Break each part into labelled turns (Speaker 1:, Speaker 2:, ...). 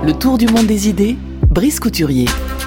Speaker 1: Le tour du monde des idées, Brice Couturier.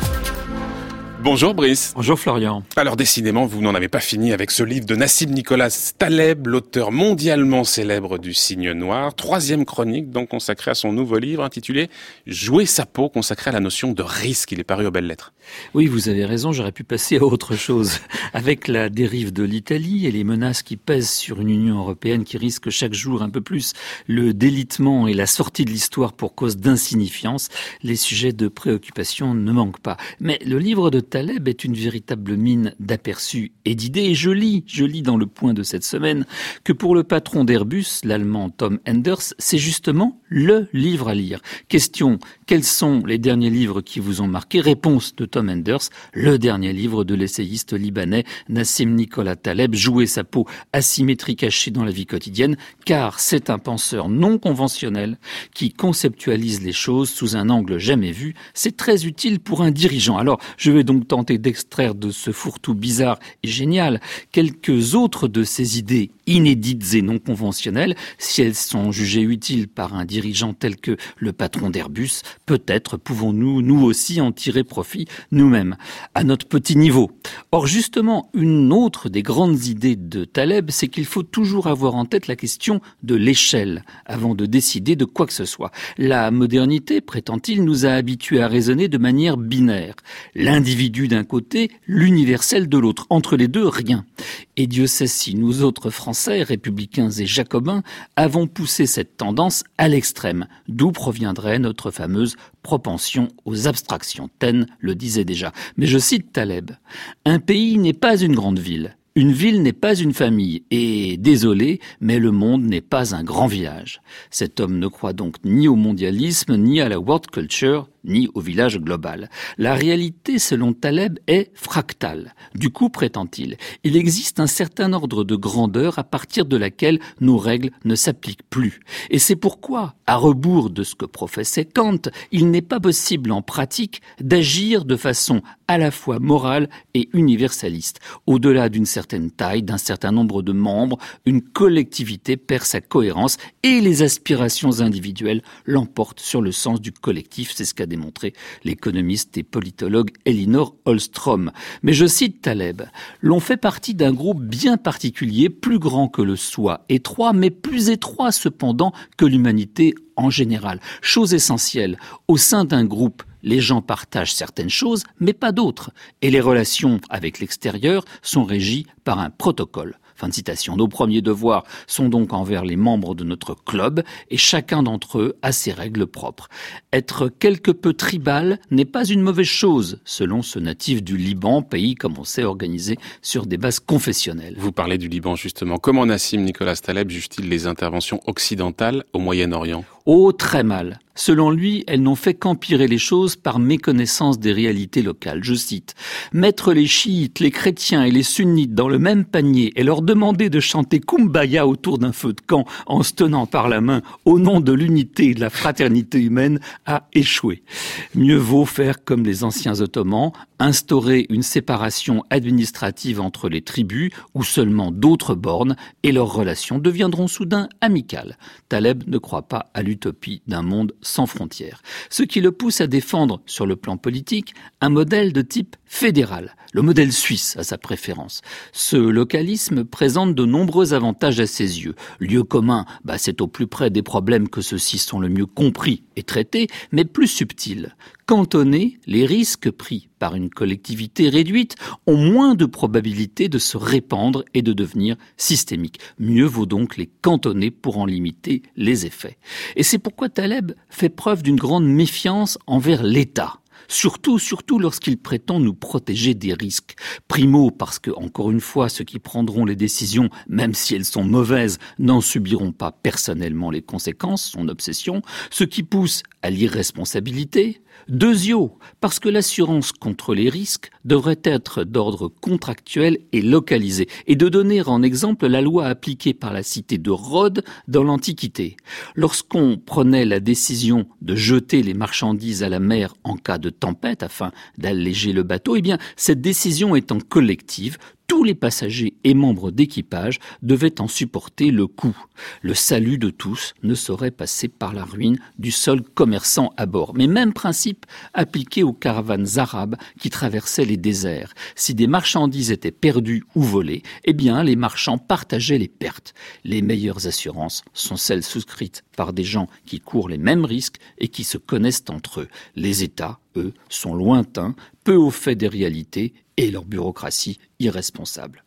Speaker 2: Bonjour Brice.
Speaker 3: Bonjour Florian.
Speaker 2: Alors décidément, vous n'en avez pas fini avec ce livre de Nassim Nicolas Taleb, l'auteur mondialement célèbre du Cygne noir. 3e chronique donc consacrée à son nouveau livre intitulé « Jouer sa peau », consacré à la notion de risque. Il est paru aux belles lettres.
Speaker 3: Oui, vous avez raison, j'aurais pu passer à autre chose. Avec la dérive de l'Italie et les menaces qui pèsent sur une Union européenne qui risque chaque jour un peu plus le délitement et la sortie de l'histoire pour cause d'insignifiance, les sujets de préoccupation ne manquent pas. Mais le livre de Taleb est une véritable mine d'aperçus et d'idées. Et je lis dans le point de cette semaine que pour le patron d'Airbus, l'allemand Tom Enders, c'est justement le livre à lire. Question, quels sont les derniers livres qui vous ont marqué? Réponse de Tom Enders, le dernier livre de l'essayiste libanais Nassim Nicolas Taleb, Jouer sa peau, asymétrie cachée dans la vie quotidienne, car c'est un penseur non conventionnel qui conceptualise les choses sous un angle jamais vu. C'est très utile pour un dirigeant. Alors, je vais donc tenter d'extraire de ce fourre-tout bizarre et génial quelques autres de ces idées inédites et non conventionnelles. Si elles sont jugées utiles par un dirigeant tel que le patron d'Airbus, peut-être pouvons-nous, nous aussi, en tirer profit nous-mêmes, à notre petit niveau. Or, justement, une autre des grandes idées de Taleb, c'est qu'il faut toujours avoir en tête la question de l'échelle avant de décider de quoi que ce soit. La modernité, prétend-il, nous a habitués à raisonner de manière binaire. L'individu d'un côté, l'universel de l'autre. Entre les deux, rien. Et Dieu sait si nous autres Français, républicains et jacobins, avons poussé cette tendance à l'extrême, d'où proviendrait notre fameuse propension aux abstractions. Taine le disait déjà. Mais je cite Taleb. « Un pays n'est pas une grande ville. Une ville n'est pas une famille, et désolé, mais le monde n'est pas un grand village. » Cet homme ne croit donc ni au mondialisme, ni à la world culture, ni au village global. La réalité, selon Taleb, est fractale. Du coup, prétend-il, il existe un certain ordre de grandeur à partir de laquelle nos règles ne s'appliquent plus. Et c'est pourquoi, à rebours de ce que professait Kant, il n'est pas possible en pratique d'agir de façon à la fois morale et universaliste. Au-delà d'une certaine taille, d'un certain nombre de membres, une collectivité perd sa cohérence et les aspirations individuelles l'emportent sur le sens du collectif. C'est ce qu'a démontré l'économiste et politologue Elinor Ostrom. Mais je cite Taleb, « L'on fait partie d'un groupe bien particulier, plus grand que le soi, étroit, mais plus étroit cependant que l'humanité en général. Chose essentielle, au sein d'un groupe, les gens partagent certaines choses, mais pas d'autres. Et les relations avec l'extérieur sont régies par un protocole. » Fin de citation. Nos premiers devoirs sont donc envers les membres de notre club et chacun d'entre eux a ses règles propres. Être quelque peu tribal n'est pas une mauvaise chose, selon ce natif du Liban, pays, comme on sait, organisé sur des bases confessionnelles.
Speaker 2: Vous parlez du Liban justement. Comment Nassim Nicolas Taleb juge-t-il les interventions occidentales au Moyen-Orient?
Speaker 3: Oh, très mal. Selon lui, elles n'ont fait qu'empirer les choses par méconnaissance des réalités locales. Je cite, « Mettre les chiites, les chrétiens et les sunnites dans le même panier et leur demander de chanter Kumbaya autour d'un feu de camp en se tenant par la main au nom de l'unité et de la fraternité humaine a échoué. Mieux vaut faire comme les anciens Ottomans, instaurer une séparation administrative entre les tribus où seulement d'autres bornes et leurs relations deviendront soudain amicales. » Taleb ne croit pas à l'utopie d'un monde sans frontières. Ce qui le pousse à défendre, sur le plan politique, un modèle de type fédéral. Le modèle suisse a sa préférence. Ce localisme présente de nombreux avantages à ses yeux. Lieu commun, c'est au plus près des problèmes que ceux-ci sont le mieux compris et traités, mais plus subtil. Cantonner, les risques pris par une collectivité réduite ont moins de probabilité de se répandre et de devenir systémiques. Mieux vaut donc les cantonner pour en limiter les effets. Et c'est pourquoi Taleb fait preuve d'une grande méfiance envers l'État. Surtout lorsqu'il prétend nous protéger des risques. Primo, parce que, encore une fois, ceux qui prendront les décisions, même si elles sont mauvaises, n'en subiront pas personnellement les conséquences, son obsession, ce qui pousse à l'irresponsabilité. Deuxio, parce que l'assurance contre les risques devrait être d'ordre contractuel et localisé, et de donner en exemple la loi appliquée par la cité de Rhodes dans l'Antiquité. Lorsqu'on prenait la décision de jeter les marchandises à la mer en cas de tempête afin d'alléger le bateau, cette décision étant collective, tous les passagers et membres d'équipage devaient en supporter le coût. Le salut de tous ne saurait passer par la ruine du seul commerçant à bord. Mais même principe appliqué aux caravanes arabes qui traversaient les déserts. Si des marchandises étaient perdues ou volées, eh bien les marchands partageaient les pertes. Les meilleures assurances sont celles souscrites par des gens qui courent les mêmes risques et qui se connaissent entre eux. Les États, eux, sont lointains, peu au fait des réalités et leur bureaucratie irresponsable.